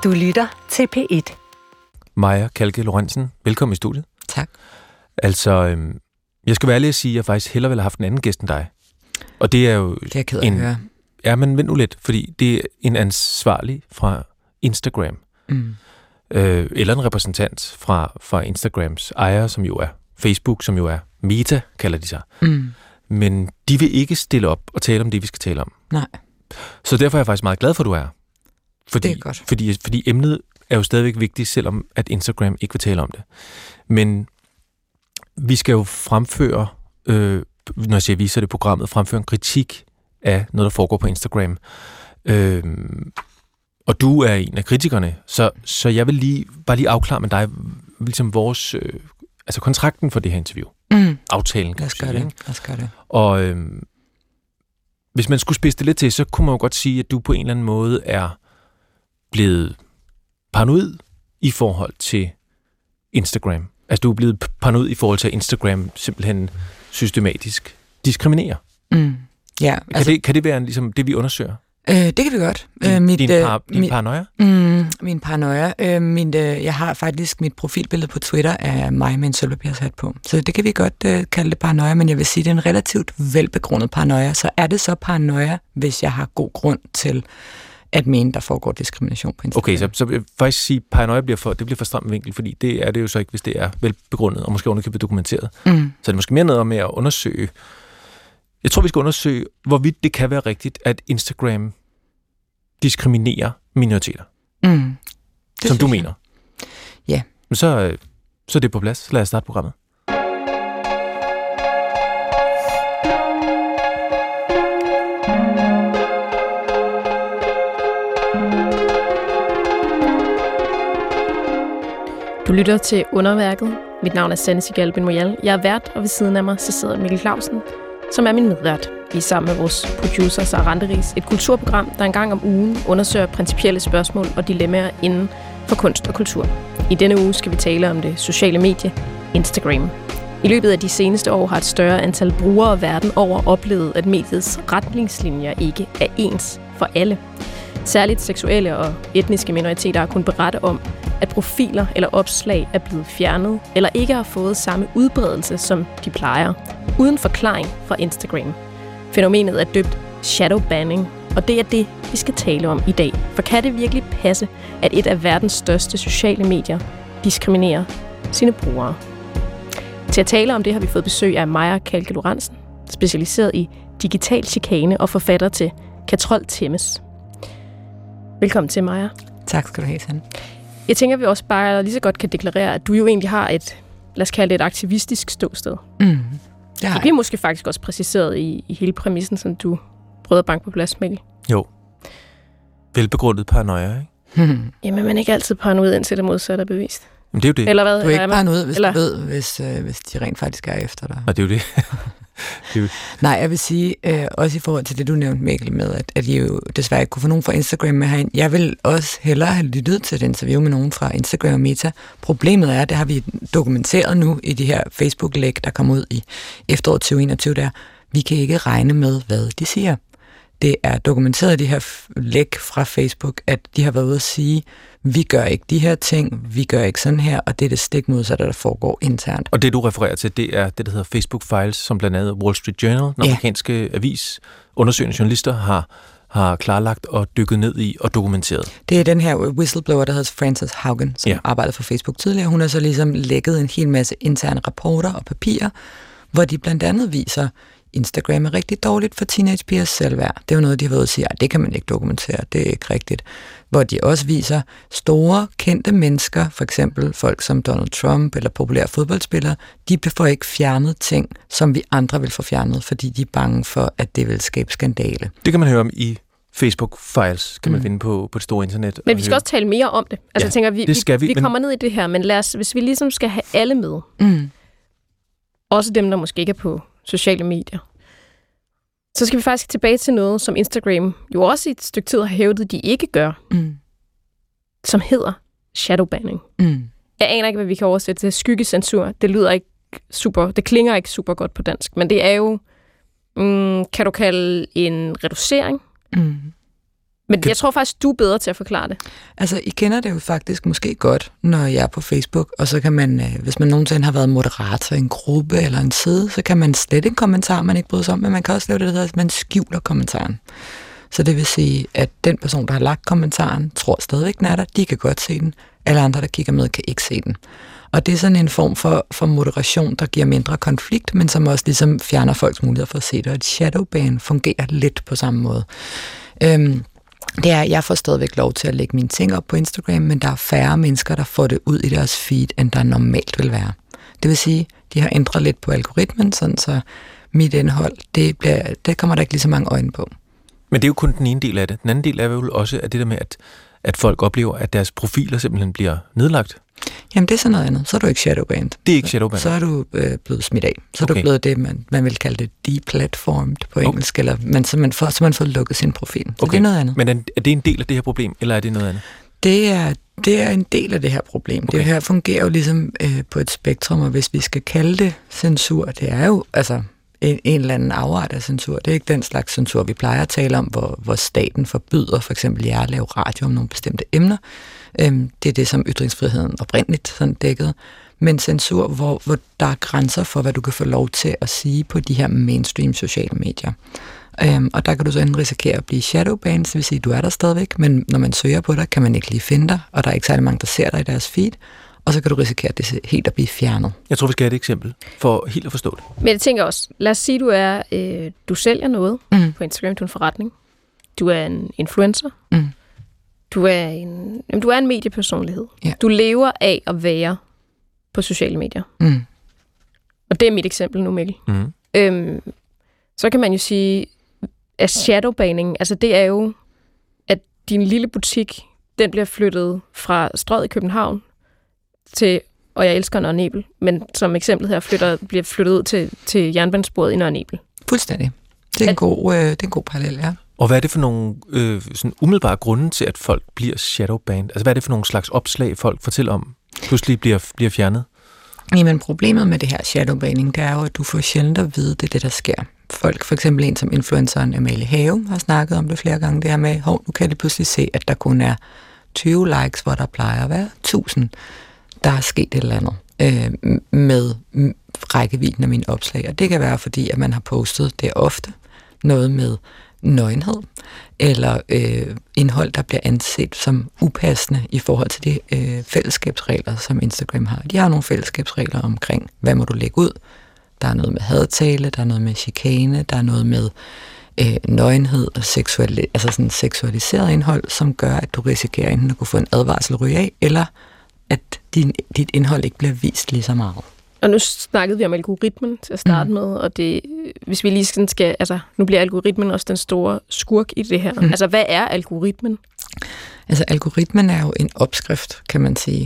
Du lytter til P1. Maja Kalke Lorentzen, velkommen i studiet. Tak. Altså, jeg skal være ærlig at sige, at jeg faktisk hellere ville have haft en anden gæst end dig. Og det er jo... Det er jeg ked af at høre. Ja, men vent nu lidt, fordi det er en ansvarlig fra Instagram. Eller en repræsentant fra Instagrams ejer, som jo er Facebook, som jo er Meta, kalder de sig. Men de vil ikke stille op og tale om det, vi skal tale om. Nej. Så derfor er jeg faktisk meget glad for, at du er her. Det er godt. Fordi emnet er jo stadigvæk vigtigt, selvom at Instagram ikke vil tale om det. Men vi skal jo fremføre, når jeg siger vi, så er det programmet, fremføre en kritik af noget, der foregår på Instagram. Og du er en af kritikerne, så jeg vil bare lige afklare med dig, ligesom vores, altså kontrakten for det her interview. Aftalen, kan Lad os gøre det. Og hvis man skulle spidse det lidt til, så kunne man jo godt sige, at du på en eller anden måde er blevet paranoid i forhold til Instagram. Altså, du er blevet paranoid i forhold til, at Instagram simpelthen systematisk diskriminerer. Ja, Kan det være ligesom det, vi undersøger? Det kan vi godt. Din paranoia? Min paranoia. Jeg har faktisk mit profilbillede på Twitter af mig med en sølvpapirshat på. Så det kan vi godt kalde det paranoia, men jeg vil sige, det er en relativt velbegrundet paranoia. Så er det så paranoia, hvis jeg har god grund til at mene, der foregår diskrimination på Instagram. Okay, så vil jeg faktisk sige, at paranoia bliver for stram vinkel, fordi det er det jo så ikke, hvis det er velbegrundet, og måske underkøbet dokumenteret. Så er det måske mere noget med at undersøge. Jeg tror, vi skal undersøge, hvorvidt det kan være rigtigt, at Instagram diskriminerer minoriteter. Som du mener. Ja. Men så er det på plads. Så lad os starte programmet. Du lytter til Underværket. Mit navn er Sanne Sigal Ben-Moyal. Jeg er vært, og ved siden af mig så sidder Mikkel Clausen, som er min medvært. Vi er sammen med vores producer Sara Randeris, et kulturprogram, der en gang om ugen undersøger principielle spørgsmål og dilemmaer inden for kunst og kultur. I denne uge skal vi tale om det sociale medie Instagram. I løbet af de seneste år har et større antal brugere verden over oplevet, at mediets retningslinjer ikke er ens for alle. Særligt seksuelle og etniske minoriteter har kunnet berette om, at profiler eller opslag er blevet fjernet, eller ikke har fået samme udbredelse, som de plejer, uden forklaring fra Instagram. Fænomenet er døbt shadowbanning, og det er det, vi skal tale om i dag. For kan det virkelig passe, at et af verdens største sociale medier diskriminerer sine brugere? Til at tale om det har vi fået besøg af Maja Kalke Lorentzen, specialiseret i digital chikane og forfatter til Katrol Temmes. Velkommen til, Maja. Tak skal du have, Sanne. Jeg tænker, at vi også bare lige så godt kan deklarere, at du jo egentlig har et, lad os kalde det et aktivistisk ståsted. Det bliver måske faktisk også præciseret i hele præmissen, som du prøvede at banke på plads, Mikkel. Jo. Velbegrundet paranoia, ikke? Jamen, man er ikke altid paranoid, indtil det modsatte er bevist. Men det er jo det. Eller hvad? Du er ikke paranoid, hvis du ved, hvis de rent faktisk er efter dig. Og det er jo det. Nej, jeg vil sige, også i forhold til det, du nævnte, Mikkel, med, at I jo desværre ikke kunne få nogen fra Instagram med herind. Jeg vil også hellere have lyttet til et interview med nogen fra Instagram og Meta. Problemet er, det har vi dokumenteret nu i de her Facebook-læg, der kom ud i efteråret 2021, der vi kan ikke regne med, hvad de siger. Det er dokumenteret, de her læg fra Facebook, at de har været ude at sige, vi gør ikke de her ting, vi gør ikke sådan her, og det er det stik modsatte, der foregår internt. Og det, du refererer til, det er det, der hedder Facebook Files, som blandt andet Wall Street Journal, den amerikanske avis, undersøgende journalister har klarlagt og dykket ned i og dokumenteret. Det er den her whistleblower, der hedder Frances Haugen, som arbejdede for Facebook tidligere. Hun har så ligesom lækket en hel masse interne rapporter og papirer, hvor de blandt andet viser, Instagram er rigtig dårligt for teenagepigers selvværd. Det er jo noget, de har været at sige, det kan man ikke dokumentere, det er ikke rigtigt. Hvor de også viser store, kendte mennesker, for eksempel folk som Donald Trump eller populære fodboldspillere, de får ikke fjernet ting, som vi andre vil få fjernet, fordi de er bange for, at det vil skabe skandale. Det kan man høre om i Facebook Files, kan man finde på det store internet. Men vi skal også tale mere om det. Altså, jeg tænker, vi kommer ned i det her, men lad os, hvis vi ligesom skal have alle med, også dem, der måske ikke er på sociale medier, så skal vi faktisk tilbage til noget, som Instagram jo også i et stykke tid har hævdet, de ikke gør, som hedder shadowbanning. Jeg aner ikke, hvad vi kan oversætte til skyggesensur. Det lyder ikke super, det klinger ikke super godt på dansk, men det er jo, kan du kalde en reducering Men jeg tror faktisk, du er bedre til at forklare det. Altså, I kender det jo faktisk måske godt, når jeg er på Facebook, og så kan man, hvis man nogensinde har været moderator i en gruppe eller en side, så kan man slette en kommentar, man ikke bryder sig om, men man kan også lave det, der hedder, at man skjuler kommentaren. Så det vil sige, at den person, der har lagt kommentaren, tror stadigvæk, den er der, de kan godt se den. Alle andre, der kigger med, kan ikke se den. Og det er sådan en form for moderation, der giver mindre konflikt, men som også ligesom fjerner folks muligheder for at se det. Og et shadowban fungerer lidt på samme måde. Det er, jeg får stadigvæk lov til at lægge mine ting op på Instagram, men der er færre mennesker, der får det ud i deres feed, end der normalt vil være. Det vil sige, de har ændret lidt på algoritmen, sådan så mit indhold, det kommer der ikke lige så mange øjne på. Men det er jo kun den ene del af det. Den anden del er jo også at det der med, at folk oplever, at deres profiler simpelthen bliver nedlagt. Jamen, det er sådan noget andet. Så er du ikke shadowbanned. Det er ikke shadowbanned. Så er du blevet smidt af. Så er du blevet det, man vil kalde det deplatformed på engelsk, eller så man får lukket sin profil. Så det er noget andet. Men er det en del af det her problem, eller er det noget andet? Det er en del af det her problem. Okay. Det her fungerer jo ligesom på et spektrum, og hvis vi skal kalde det censur, det er jo altså en eller anden afart af censur. Det er ikke den slags censur, vi plejer at tale om, hvor staten forbyder for eksempel jer at lave radio om nogle bestemte emner. Det er det, som ytringsfriheden oprindeligt sådan dækkede. Men censur, hvor der er grænser for, hvad du kan få lov til at sige på de her mainstream sociale medier. Og der kan du så enten risikere at blive shadowbanned, det vil sige, at du er der stadigvæk, men når man søger på dig, kan man ikke lige finde dig, og der er ikke særlig mange, der ser dig i deres feed, og så kan du risikere at det helt at blive fjernet. Jeg tror, vi skal have et eksempel, for helt at forstå det. Men jeg tænker også, lad os sige, du sælger noget på Instagram, du er en forretning, du er en influencer, du er en mediepersonlighed. Ja. Du lever af at være på sociale medier. Og det er mit eksempel nu, Mikkel. Så kan man jo sige, at shadowbanning, altså det er jo, at din lille butik, den bliver flyttet fra Strøget i København til, og jeg elsker Nørre Nebel, men som eksempel her bliver flyttet ud til jernbanesporet i Nørre Nebel. Fuldstændig. Det er en god parallel, ja. Og hvad er det for nogle sådan umiddelbare grunde til, at folk bliver shadowbanned? Altså hvad er det for nogle slags opslag, folk fortæller om, pludselig bliver fjernet? Jamen problemet med det her shadowbanning, det er jo, at du får sjældent at vide, det er det, der sker. Folk, for eksempel en som influenceren Amalie Have, har snakket om det flere gange, det her med, nu kan de pludselig se, at der kun er 20 likes, hvor der plejer at være 1000. Der er sket et eller andet med rækkevidden af mine opslag, og det kan være, fordi at man har postet det ofte, noget med nøgenhed, eller indhold, der bliver anset som upassende i forhold til de fællesskabsregler, som Instagram har. De har nogle fællesskabsregler omkring, hvad må du lægge ud. Der er noget med hadtale, der er noget med chikane, der er noget med nøgenhed og seksualiseret indhold, som gør, at du risikerer enten at kunne få en advarsel ryge af, eller at dit indhold ikke bliver vist lige så meget. Og nu snakkede vi om algoritmen til at starte med, og det, hvis vi lige skal, altså nu bliver algoritmen også den store skurk i det her. Altså hvad er algoritmen? Altså algoritmen er jo en opskrift, kan man sige,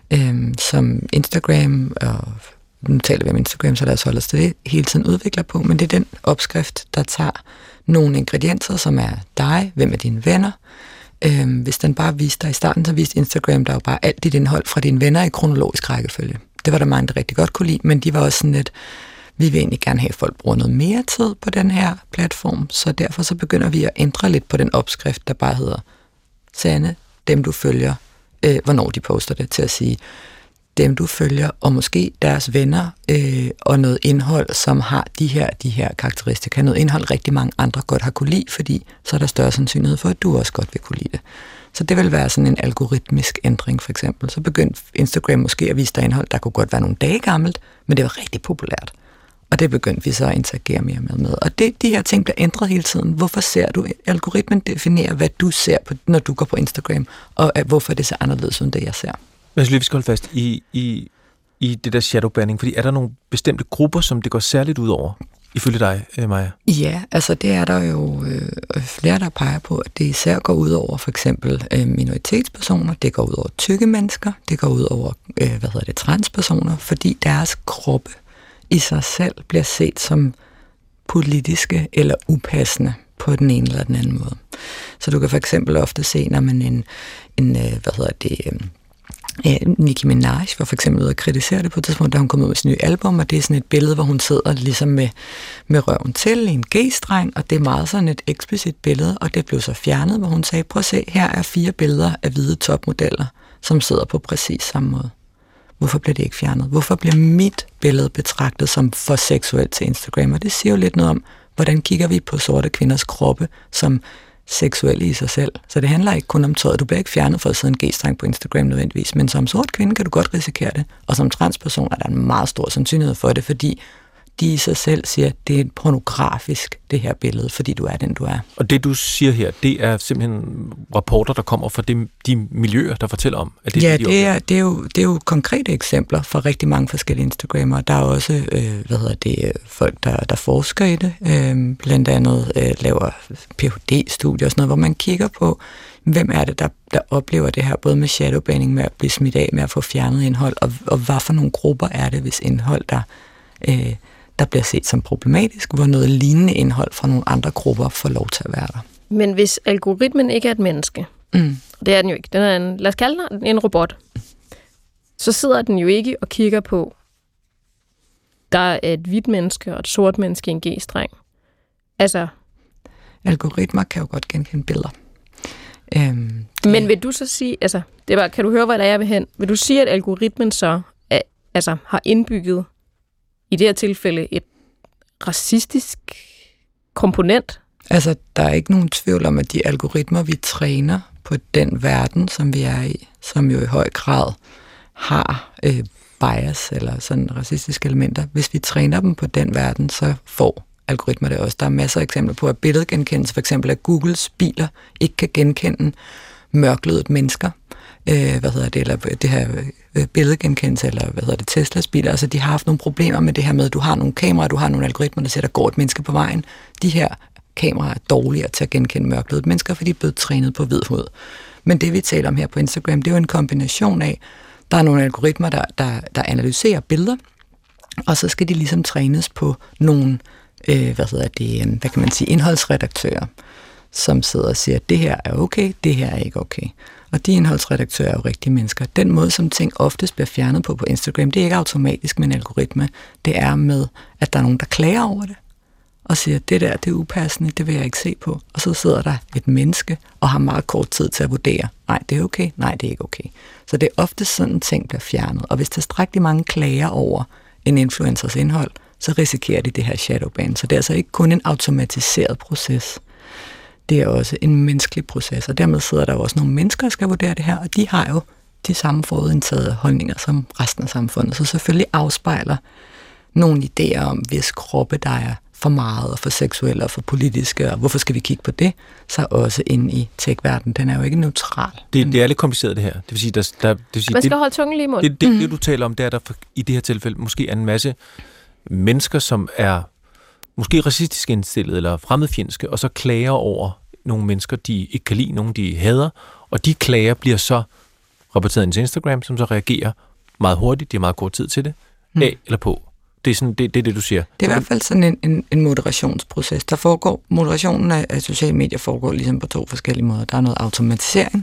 som Instagram, og nu taler vi om Instagram, så lad os holde os til det, hele tiden udvikler på, men det er den opskrift, der tager nogle ingredienser, som er dig, hvem er dine venner. Hvis den bare viste dig i starten, så viste Instagram der jo bare alt dit indhold fra dine venner i kronologisk rækkefølge. Det var der mange, der rigtig godt kunne lide, men de var også sådan lidt, vi vil egentlig gerne have, at folk bruger noget mere tid på den her platform, så derfor så begynder vi at ændre lidt på den opskrift, der bare hedder Sande, dem du følger, hvornår de poster det, til at sige, dem du følger, og måske deres venner, og noget indhold, som har de her karakteristika. Noget indhold, rigtig mange andre godt har kunne lide, fordi så er der større sandsynlighed for, at du også godt vil kunne lide det. Så det vil være sådan en algoritmisk ændring, for eksempel. Så begyndte Instagram måske at vise dig indhold, der kunne godt være nogle dage gammelt, men det var rigtig populært. Og det begyndte vi så at interagere mere med. Og de her ting bliver ændret hele tiden. Hvorfor ser du? Algoritmen definerer, hvad du ser, når du går på Instagram, og hvorfor det ser anderledes end det, jeg ser. Men vi skal holde fast i det der shadowbanning, fordi er der nogle bestemte grupper, som det går særligt ud over, ifølge dig, Maja? Ja, altså det er der jo flere, der peger på, at det især går ud over for eksempel minoritetspersoner, det går ud over tykke mennesker, det går ud over transpersoner, fordi deres kroppe i sig selv bliver set som politiske eller upassende på den ene eller den anden måde. Så du kan for eksempel ofte se, når man Nicki Minaj var for eksempel ude at kritisere det på et tidspunkt, da hun kom ud med sin nye album, og det er sådan et billede, hvor hun sidder ligesom med røven til i en G-streng, og det er meget sådan et eksplicit billede, og det blev så fjernet, hvor hun sagde, prøv at se, her er 4 billeder af hvide topmodeller, som sidder på præcis samme måde. Hvorfor bliver det ikke fjernet? Hvorfor bliver mit billede betragtet som for seksuelt til Instagram? Og det siger jo lidt noget om, hvordan kigger vi på sorte kvinders kroppe som seksuelle i sig selv. Så det handler ikke kun om tøjet. Du bliver ikke fjernet for at sidde en G-streng på Instagram nødvendigvis, men som sort kvinde kan du godt risikere det. Og som transperson er der en meget stor sandsynlighed for det, fordi de i sig selv siger, at det er pornografisk, det her billede, fordi du er den, du er. Og det, du siger her, det er simpelthen rapporter, der kommer fra de miljøer, der fortæller om, at det ja, det er jo konkrete eksempler fra rigtig mange forskellige Instagrammer. Der er også, folk, der forsker i det, blandt andet laver Ph.D.-studier og sådan noget, hvor man kigger på, hvem er det, der oplever det her, både med shadowbanning, med at blive smidt af, med at få fjernet indhold, og hvad for nogle grupper er det, hvis indhold, der bliver set som problematisk, hvor noget lignende indhold fra nogle andre grupper får lov til at være der. Men hvis algoritmen ikke er et menneske, det er den jo ikke, den er lad os kalde den en robot, så sidder den jo ikke og kigger på, der er et hvidt menneske og et sort menneske i en G-streng. Altså... Algoritmer kan jo godt genkende billeder. Men vil du så sige, altså, det er bare, kan du høre, hvor der er jeg vil hen? Vil du sige, at algoritmen så har indbygget i det her tilfælde et racistisk komponent? Altså, der er ikke nogen tvivl om, at de algoritmer, vi træner på den verden, som vi er i, som jo i høj grad har bias eller sådan racistiske elementer, hvis vi træner dem på den verden, så får algoritmer det også. Der er masser af eksempler på, at billedgenkendelse, for eksempel at Googles biler ikke kan genkende mørklødet mennesker, eller det her billedgenkendelse, eller Teslas biler. Altså, de har haft nogle problemer med det her med, at du har nogle kameraer, du har nogle algoritmer, der siger, der går et menneske på vejen. De her kameraer er dårligere til at genkende mørklødet mennesker, fordi de er blevet trænet på hvid hud. Men det, vi taler om her på Instagram, det er jo en kombination af, der er nogle algoritmer, der analyserer billeder, og så skal de ligesom trænes på nogle, hvad kan man sige, indholdsredaktører, som sidder og siger, at det her er okay, det her er ikke okay. Og de indholdsredaktører er jo rigtige mennesker. Den måde, som ting oftest bliver fjernet på Instagram, det er ikke automatisk med en algoritme. Det er med, at der er nogen, der klager over det, og siger, at det der, det er upassende, det vil jeg ikke se på. Og så sidder der et menneske, og har meget kort tid til at vurdere, nej, det er okay, nej, det er ikke okay. Så det er ofte sådan, ting bliver fjernet. Og hvis tilstrækkeligt mange klager over en influencers indhold, så risikerer de det her shadowban. Så det er altså ikke kun en automatiseret proces. Det er også en menneskelig proces, og dermed sidder der jo også nogle mennesker, der skal vurdere det her, og de har jo de samme forudindtagede holdninger som resten af samfundet. Så selvfølgelig afspejler nogle idéer om, hvis kroppe, der er for meget og for seksuelle og for politiske, og hvorfor skal vi kigge på det, så også inde i tech-verdenen. Den er jo ikke neutral. Det er lidt kompliceret, det her. Det vil sige, man skal holde tungen lige i munden. Det, du taler om, det er, der i det her tilfælde måske er en masse mennesker, som er måske racistisk indstillet eller fremmedfjendske, og så klager over nogle mennesker, de ikke kan lide, nogle de hader, og de klager bliver så rapporteret ind til Instagram, som så reagerer meget hurtigt, de har meget kort tid til det, af eller på. Det er sådan, det er det, du siger. Det er i hvert fald sådan en moderationsproces. Moderationen af sociale medier foregår ligesom på 2 forskellige måder. Der er noget automatisering,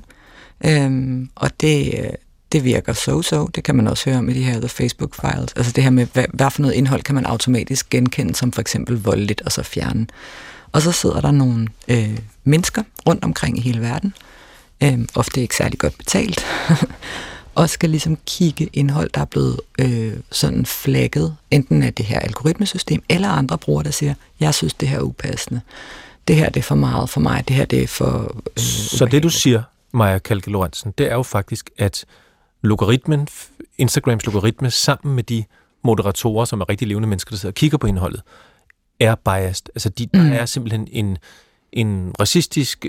og det virker so. Det kan man også høre om i de her Facebook files. Altså det her med, hvad for noget indhold kan man automatisk genkende, som for eksempel voldeligt, og så fjerne. Og så sidder der nogle mennesker rundt omkring i hele verden, ofte ikke særlig godt betalt, og skal ligesom kigge indhold, der er blevet sådan flagget, enten af det her algoritmesystem, eller andre brugere, der siger, jeg synes, det her er upassende. Det her, det er for meget for mig. Det her, det er for... Så det, du siger, Maja Kalke Lorentzen, det er jo faktisk, at Instagrams logaritme, sammen med de moderatorer, som er rigtig levende mennesker, der sidder og kigger på indholdet, er biased. Altså, der er simpelthen en racistisk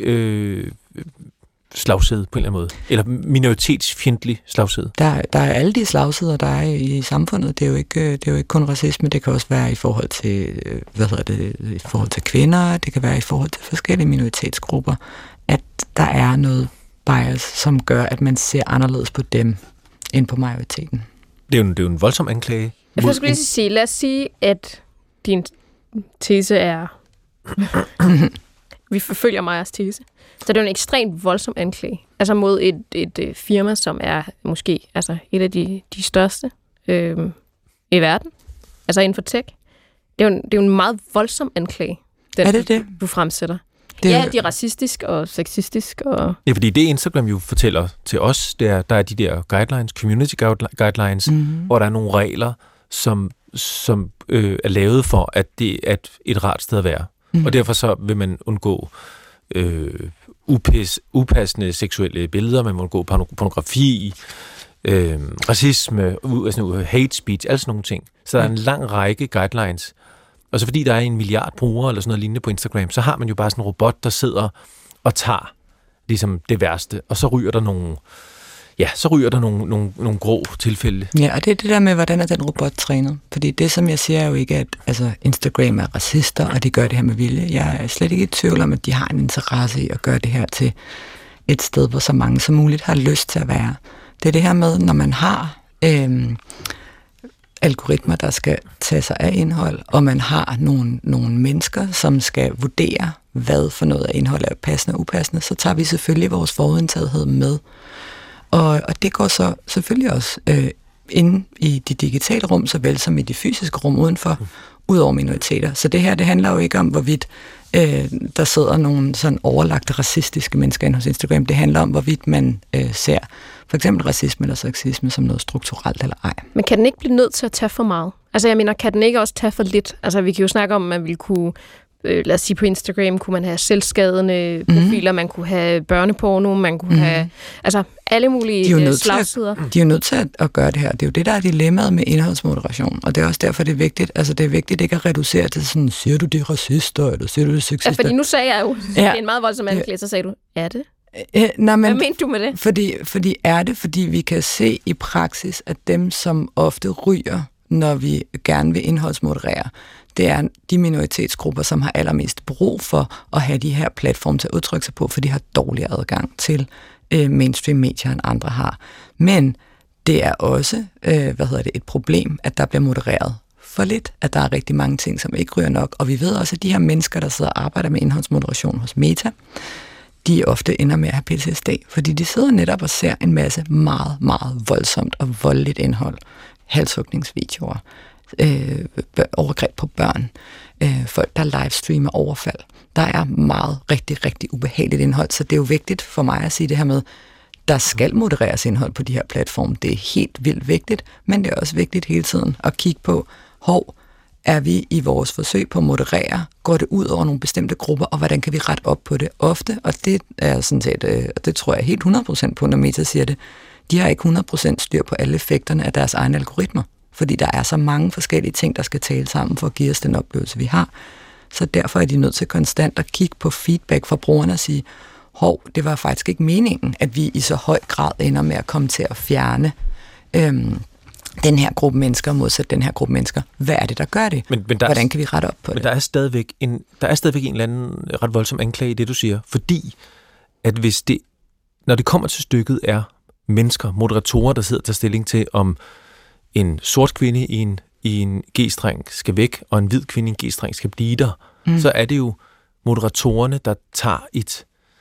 slagside på en eller anden måde. Eller minoritetsfjendtlig slagside. Der er alle de slagsider, der er i samfundet. Det er jo ikke kun racisme. Det kan også være i forhold til, i forhold til kvinder. Det kan være i forhold til forskellige minoritetsgrupper. At der er noget bias, som gør, at man ser anderledes på dem, end på majoriteten. Det er jo en voldsom anklage. Jeg skulle lige sige, lad os sige, at din tese er... Vi forfølger Majas tese. Så det er jo en ekstremt voldsom anklage. Altså mod et firma, som er måske altså et af de største i verden. Altså inden for tech. Det er jo en meget voldsom anklage, du fremsætter. De er racistisk og sexistisk. Og... Ja, fordi det Instagram jo fortæller til os, det er, der er de der guidelines, community guidelines, hvor der er nogle regler, som er lavet for, at det er et rart sted at være. Og derfor så vil man undgå upassende seksuelle billeder, man må undgå pornografi, racisme, hate speech, alle sådan nogle ting. Så der er en lang række guidelines. Og så fordi der er 1 milliard brugere eller sådan noget lignende på Instagram, så har man jo bare sådan en robot, der sidder og tager ligesom det værste, og så ryger der nogle grå tilfælde. Ja, og det er det der med, hvordan er den robot trænet? Fordi det, som jeg siger, er jo ikke, at Instagram er racister, og de gør det her med vilje. Jeg er slet ikke i tvivl om, at de har en interesse i at gøre det her til et sted, hvor så mange som muligt har lyst til at være. Det er det her med, når man har algoritmer, der skal tage sig af indhold, og man har nogle mennesker, som skal vurdere, hvad for noget af indhold er passende og upassende, så tager vi selvfølgelig vores forudindtagethed med. Og det går så selvfølgelig også inde i de digitale rum, såvel som i de fysiske rum udenfor, ud over minoriteter. Så det her, det handler jo ikke om, hvorvidt der sidder nogle sådan overlagte racistiske mennesker inde hos Instagram. Det handler om, hvorvidt man ser for eksempel racisme eller sexisme som noget strukturelt eller ej. Men kan den ikke blive nødt til at tage for meget? Altså jeg mener, kan den ikke også tage for lidt? Altså vi kan jo snakke om, at man ville kunne, lad os sige på Instagram, kunne man have selvskadende profiler, man kunne have børneporno, man kunne have altså alle mulige slagsider. De er jo nødt til at gøre det her. Det er jo det, der er dilemmaet med indholdsmoderation. Og det er også derfor, det er vigtigt. Altså det er vigtigt ikke at reducere til sådan, siger du det er racister, eller siger du det er sexister? Ja, fordi nu sagde jeg jo, det er en meget voldsom anklage, så sagde du, er det? Nej, men, hvad mente du med det? Fordi vi kan se i praksis, at dem, som ofte ryger, når vi gerne vil indholdsmoderere, det er de minoritetsgrupper, som har allermest brug for at have de her platforme til at udtrykke sig på, for de har dårligere adgang til mainstream medier, end andre har. Men det er også et problem, at der bliver modereret for lidt, at der er rigtig mange ting, som ikke ryger nok. Og vi ved også, at de her mennesker, der sidder og arbejder med indholdsmoderation hos Meta, de ofte ender med at have PTSD, fordi de sidder netop og ser en masse meget, meget voldsomt og voldeligt indhold. Halshugningsvideoer, overgreb på børn, folk, der livestreamer overfald. Der er meget rigtig, rigtig ubehageligt indhold, så det er jo vigtigt for mig at sige det her med, der skal modereres indhold på de her platforme. Det er helt vildt vigtigt, men det er også vigtigt hele tiden at kigge på, er vi i vores forsøg på at moderere, går det ud over nogle bestemte grupper, og hvordan kan vi rette op på det ofte? Og det er sådan set, det tror jeg helt 100% på, når Meta siger det. De har ikke 100% styr på alle effekterne af deres egne algoritmer, fordi der er så mange forskellige ting, der skal tale sammen for at give os den oplevelse, vi har. Så derfor er de nødt til konstant at kigge på feedback fra brugerne og sige, det var faktisk ikke meningen, at vi i så høj grad ender med at komme til at fjerne den her gruppe mennesker modsat den her gruppe mennesker. Hvad er det, der gør det? Men hvordan kan vi rette op på det? Men der er stadigvæk en eller anden ret voldsom anklage i det, du siger, fordi at hvis det, når det kommer til stykket, er mennesker, moderatorer, der sidder og tager stilling til, om en sort kvinde i en G-streng skal væk, og en hvid kvinde i en G-streng skal blive der, så er det jo moderatorerne, der tager et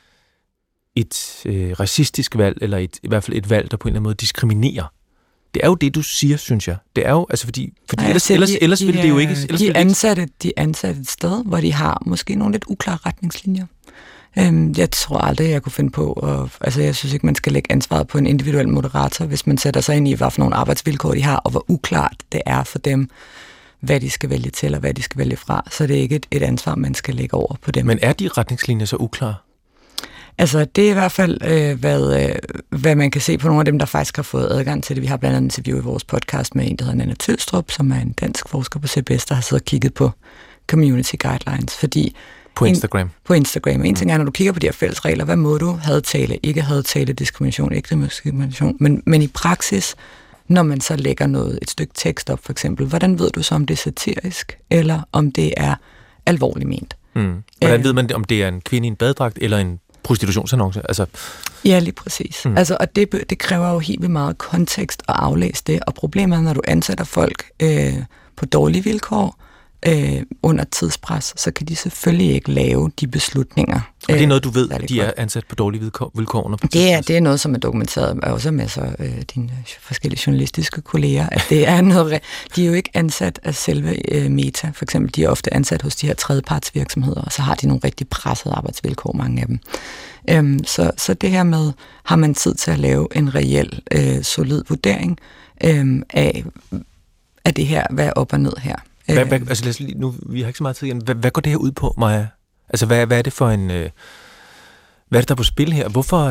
racistisk valg, eller i hvert fald et valg, der på en eller anden måde diskriminerer. Det er jo det, du siger, synes jeg. Det er jo, altså fordi ellers vil det jo ikke... De er ansat et sted, hvor de har måske nogle lidt uklare retningslinjer. Jeg tror aldrig, jeg kunne finde på, jeg synes ikke, man skal lægge ansvaret på en individuel moderator, hvis man sætter sig ind i, hvad for nogle arbejdsvilkår de har, og hvor uklart det er for dem, hvad de skal vælge til, og hvad de skal vælge fra. Så det er ikke et ansvar, man skal lægge over på dem. Men er de retningslinjer så uklare? Altså, det er i hvert fald, hvad man kan se på nogle af dem, der faktisk har fået adgang til det. Vi har blandt andet en interview i vores podcast med en, der hedder Nanna Tylstrup, som er en dansk forsker på CBS, der har siddet og kigget på community guidelines, fordi... På Instagram? På Instagram. En ting er, når du kigger på de her fælles regler, hvad må du? Hadtale, ikke hadtale, diskrimination, ikke diskrimination. Men i praksis, når man så lægger et stykke tekst op, for eksempel, hvordan ved du så, om det er satirisk, eller om det er alvorligt ment? Hvordan ved man, om det er en kvinde i en badedragt, eller en prostitutionsannonce? Altså... Ja, lige præcis. Altså, og det kræver jo helt vildt meget kontekst at aflæse det, og problemet er, når du ansætter folk på dårlige vilkår, under tidspres, så kan de selvfølgelig ikke lave de beslutninger. Og det er noget, du ved, de er ansat på dårlige vilkår? Det er noget, som er dokumenteret, også med så dine forskellige journalistiske kolleger, at det er noget, de er jo ikke ansat af selve Meta, for eksempel, de er ofte ansat hos de her tredjepartsvirksomheder, og så har de nogle rigtig pressede arbejdsvilkår, mange af dem. Så det her med, har man tid til at lave en reel, solid vurdering af det her, hvad er op og ned her? Altså lad os lige, nu, vi har ikke så meget tid igen. Hvad går det her ud på, Maja? Altså hvad er det for en... hvad er det, der er på spil her?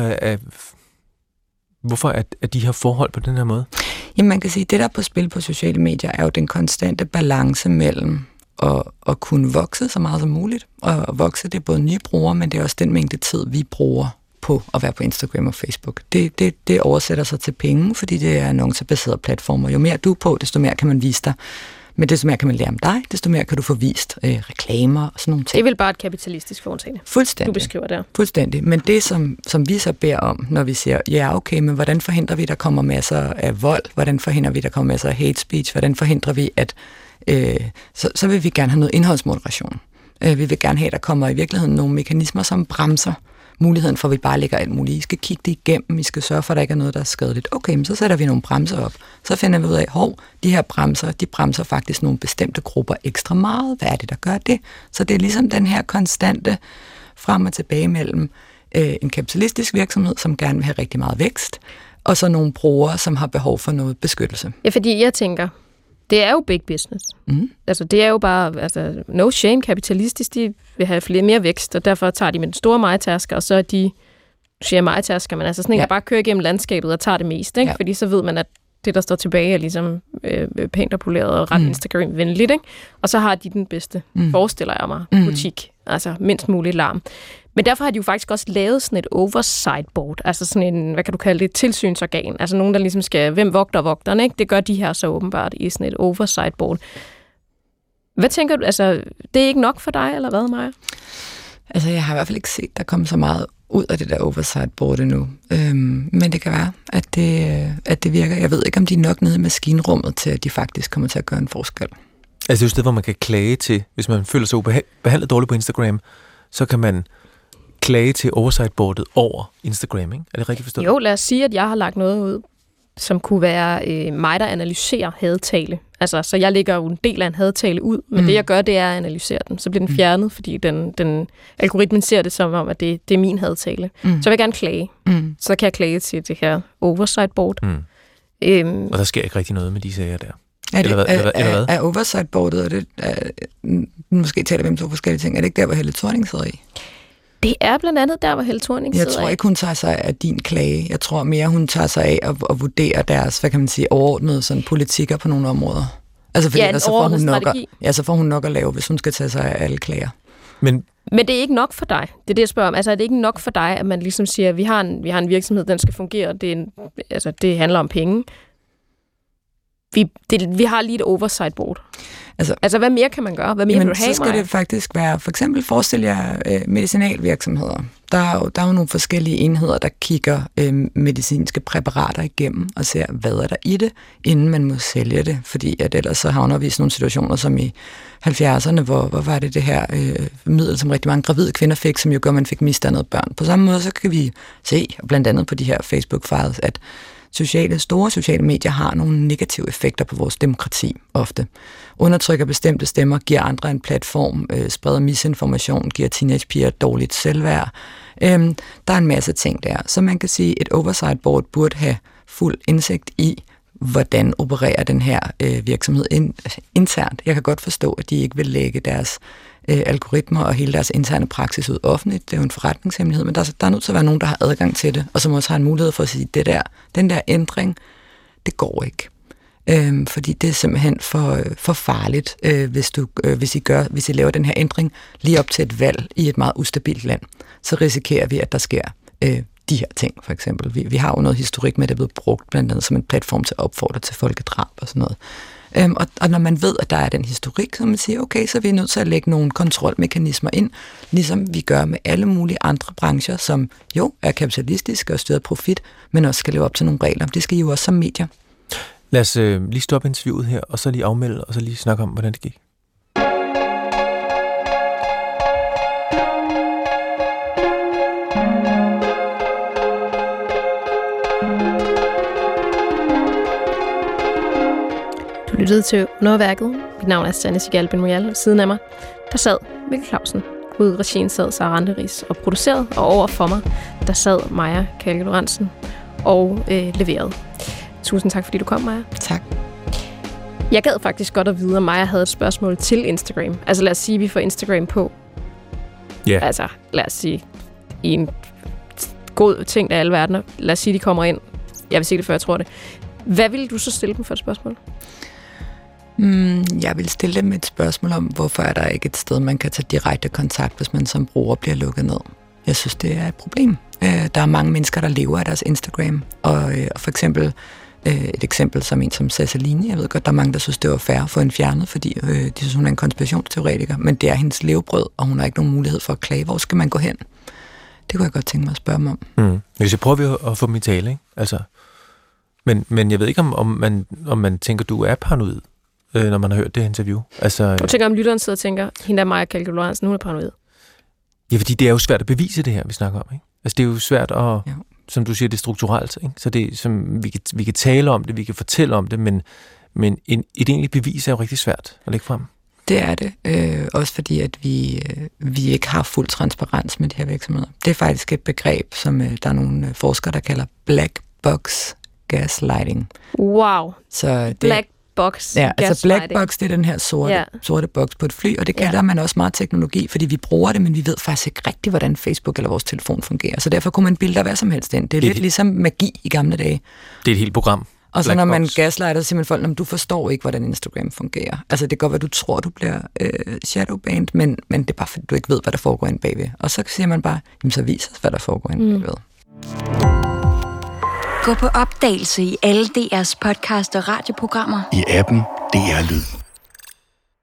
Hvorfor er de her forhold på den her måde? Jamen man kan sige, at det, der er på spil på sociale medier, er jo den konstante balance mellem at kunne vokse så meget som muligt. Og vokse, det er både nye brugere, men det er også den mængde tid, vi bruger på at være på Instagram og Facebook. Det oversætter sig til penge, fordi det er annoncebaserede platformer. Jo mere du er på, desto mere kan man vise dig. Men desto mere kan man lære om dig, desto mere kan du få vist reklamer og sådan nogle ting. Det er vel bare et kapitalistisk foretagende. Fuldstændig. Du beskriver der. Fuldstændig. Men det, som vi så beder om, når vi siger, ja okay, men hvordan forhindrer vi, der kommer masser af vold? Hvordan forhindrer vi, der kommer masser af hate speech? Hvordan forhindrer vi, at... så vil vi gerne have noget indholdsmoderation. Vi vil gerne have, at der kommer i virkeligheden nogle mekanismer, som bremser muligheden for, at vi bare lægger alt muligt. I skal kigge det igennem, vi skal sørge for, at der ikke er noget, der er skadeligt. Okay, men så sætter vi nogle bremser op. Så finder vi ud af, de her bremser, de bremser faktisk nogle bestemte grupper ekstra meget. Hvad er det, der gør det? Så det er ligesom den her konstante frem og tilbage mellem en kapitalistisk virksomhed, som gerne vil have rigtig meget vækst, og så nogle brugere, som har behov for noget beskyttelse. Ja, fordi jeg tænker, det er jo big business. Mm. Altså, det er jo bare, no shame, kapitalistisk, de vil have mere vækst, og derfor tager de med den store majtasker, og så er de, siger majtasker, men altså sådan en, der bare kører igennem landskabet og tager det mest, ikke? Ja. Fordi så ved man, at det, der står tilbage, er ligesom pænt og poleret og ret Instagram-venligt, ikke? Og så har de den bedste, forestiller jeg mig, butik, altså mindst muligt larm. Men derfor har de jo faktisk også lavet sådan et oversight board, altså sådan en, hvad kan du kalde det, et tilsynsorgan, altså nogen, der ligesom skal, hvem vogter vogterne, ikke? Det gør de her så åbenbart i sådan et oversight board. Hvad tænker du, altså, det er ikke nok for dig, eller hvad, Maja? Altså, jeg har i hvert fald ikke set, der kommer så meget ud af det der oversight board endnu. Men det kan være, at det virker. Jeg ved ikke, om de er nok nede i maskinrummet til, at de faktisk kommer til at gøre en forskel. Altså, det er jo et sted, hvor man kan klage til, hvis man føler sig behandlet dårligt på Instagram, så kan man klage til oversight-boardet over Instagram, ikke? Er det rigtigt forstået? Jo, lad os sige, at jeg har lagt noget ud, som kunne være mig, der analyserer hadtale. Altså, så jeg lægger jo en del af en hadtale ud, men det jeg gør, det er at analysere den. Så bliver den fjernet, fordi den algoritmen ser det som om, at det er min hadtale. Så vil jeg gerne klage. Så kan jeg klage til det her oversight-board. Og der sker ikke rigtig noget med de sager der. Er oversight-boardet, måske taler vi om to forskellige ting, er det ikke der, hvor Helle Thorning sidder i? Det er blandt andet der, hvor Helle Thorning sidder. Jeg tror ikke, hun tager sig af din klage. Jeg tror mere, hun tager sig af at vurdere deres, hvad kan man sige, overordnede sådan, politikker på nogle områder. Altså, fordi en overordnet strategi. Så får hun nok at lave, hvis hun skal tage sig af alle klager. Men det er ikke nok for dig. Det er det, jeg spørger om. Altså, er det ikke nok for dig, at man ligesom siger, at vi har en virksomhed, den skal fungere, det handler om penge. Vi har lige et oversight board. Altså, hvad mere kan man gøre? Hvad mere vil du have, så skal det faktisk være, for eksempel forestil jer medicinalvirksomheder. Der er jo nogle forskellige enheder, der kigger medicinske præparater igennem og ser, hvad er der i det, inden man må sælge det. Fordi at ellers så havner vi i sådan nogle situationer som i 70'erne, hvor var det her middel, som rigtig mange gravide kvinder fik, som jo gør, at man fik misdannede børn. På samme måde så kan vi se, blandt andet på de her Facebook-files, at store sociale medier har nogle negative effekter på vores demokrati ofte. Undertrykker bestemte stemmer, giver andre en platform, spreder misinformation, giver teenagepiger dårligt selvværd. Der er en masse ting der. Så man kan sige, at et oversight board burde have fuld indsigt i, hvordan opererer den her virksomhed internt. Jeg kan godt forstå, at de ikke vil lægge deres algoritmer og hele deres interne praksis ud offentligt. Det er jo en forretningshemmelighed, men der er nødt til at være nogen, der har adgang til det, og som også har en mulighed for at sige, den der ændring, det går ikke. Fordi det er simpelthen for farligt, hvis I laver den her ændring lige op til et valg i et meget ustabilt land. Så risikerer vi, at der sker de her ting, for eksempel. Vi har jo noget historik med, at det er blevet brugt blandt andet som en platform til at opfordre til folkedrab og sådan noget. Og når man ved, at der er den historik, så man siger, okay, så er vi nødt til at lægge nogle kontrolmekanismer ind, ligesom vi gør med alle mulige andre brancher, som jo er kapitalistiske og styret profit, men også skal leve op til nogle regler. Det skal I jo også som medier. Lad os lige stoppe interviewet her, og så lige afmelde, og så lige snakke om, hvordan det gik. Du lyttede til Underværket. Mit navn er Sanne Sigalben Royal. Siden af mig, der sad Mikkel Clausen. Ude i regien sad Sara Randeris og produceret, og over for mig, der sad Maja Kalke Lorentzen og leverede. Tusind tak, fordi du kom, Maja. Tak. Jeg gad faktisk godt at vide, om Maja havde et spørgsmål til Instagram. Altså lad os sige, at vi får Instagram på. Ja. Yeah. Altså lad os sige, i en god ting af alle verdener. Lad os sige, de kommer ind. Jeg vil sige det, før jeg tror det. Hvad ville du så stille dem for et spørgsmål? Jeg vil stille dem et spørgsmål om, hvorfor er der ikke et sted, man kan tage direkte kontakt, hvis man som bruger bliver lukket ned. Jeg synes, det er et problem. Der er mange mennesker, der lever af deres Instagram, og for eksempel et eksempel som en som Ceciline. Jeg ved godt, der er mange, der synes, det var fair at få hende fjernet, fordi de synes, hun er en konspirationsteoretiker, men det er hendes levebrød, og hun har ikke nogen mulighed for at klage. Hvor skal man gå hen? Det kunne jeg godt tænke mig at spørge mig om. Hvis jeg prøver at få dem i tale, ikke? Altså, men jeg ved ikke, om man tænker, du er paranoid, når man har hørt det interview. Altså, du tænker, om lytteren sidder og tænker, hende er Maja Kalke Lorentzen, hun er paranoid. Ja, fordi det er jo svært at bevise det her, vi snakker om, ikke? Altså, det er jo svært at, som du siger, det er strukturelt, ikke? Så det som vi kan tale om det, vi kan fortælle om det, men et egentligt bevis er jo rigtig svært at lægge frem. Det er det. Også fordi, at vi ikke har fuld transparens med de her virksomheder. Det er faktisk et begreb, som der er nogle forskere, der kalder black box gaslighting. Wow. Så det, black box. Ja, altså black box, det er den her sorte boks på et fly, og det kalder man også meget teknologi, fordi vi bruger det, men vi ved faktisk ikke rigtigt, hvordan Facebook eller vores telefon fungerer. Så derfor kunne man bilde hvad som helst ind. Det er lidt ligesom magi i gamle dage. Det er et helt program. Og så når man gaslighter, så siger man folk, du forstår ikke, hvordan Instagram fungerer. Altså det kan godt være, du tror, du bliver shadowbanned, men det er bare, fordi du ikke ved, hvad der foregår inde bagved. Og så siger man bare, jamen så vis os, hvad der foregår inde bagved. Gå på opdagelse i alle DR's podcast og radioprogrammer. I appen DR Lyd.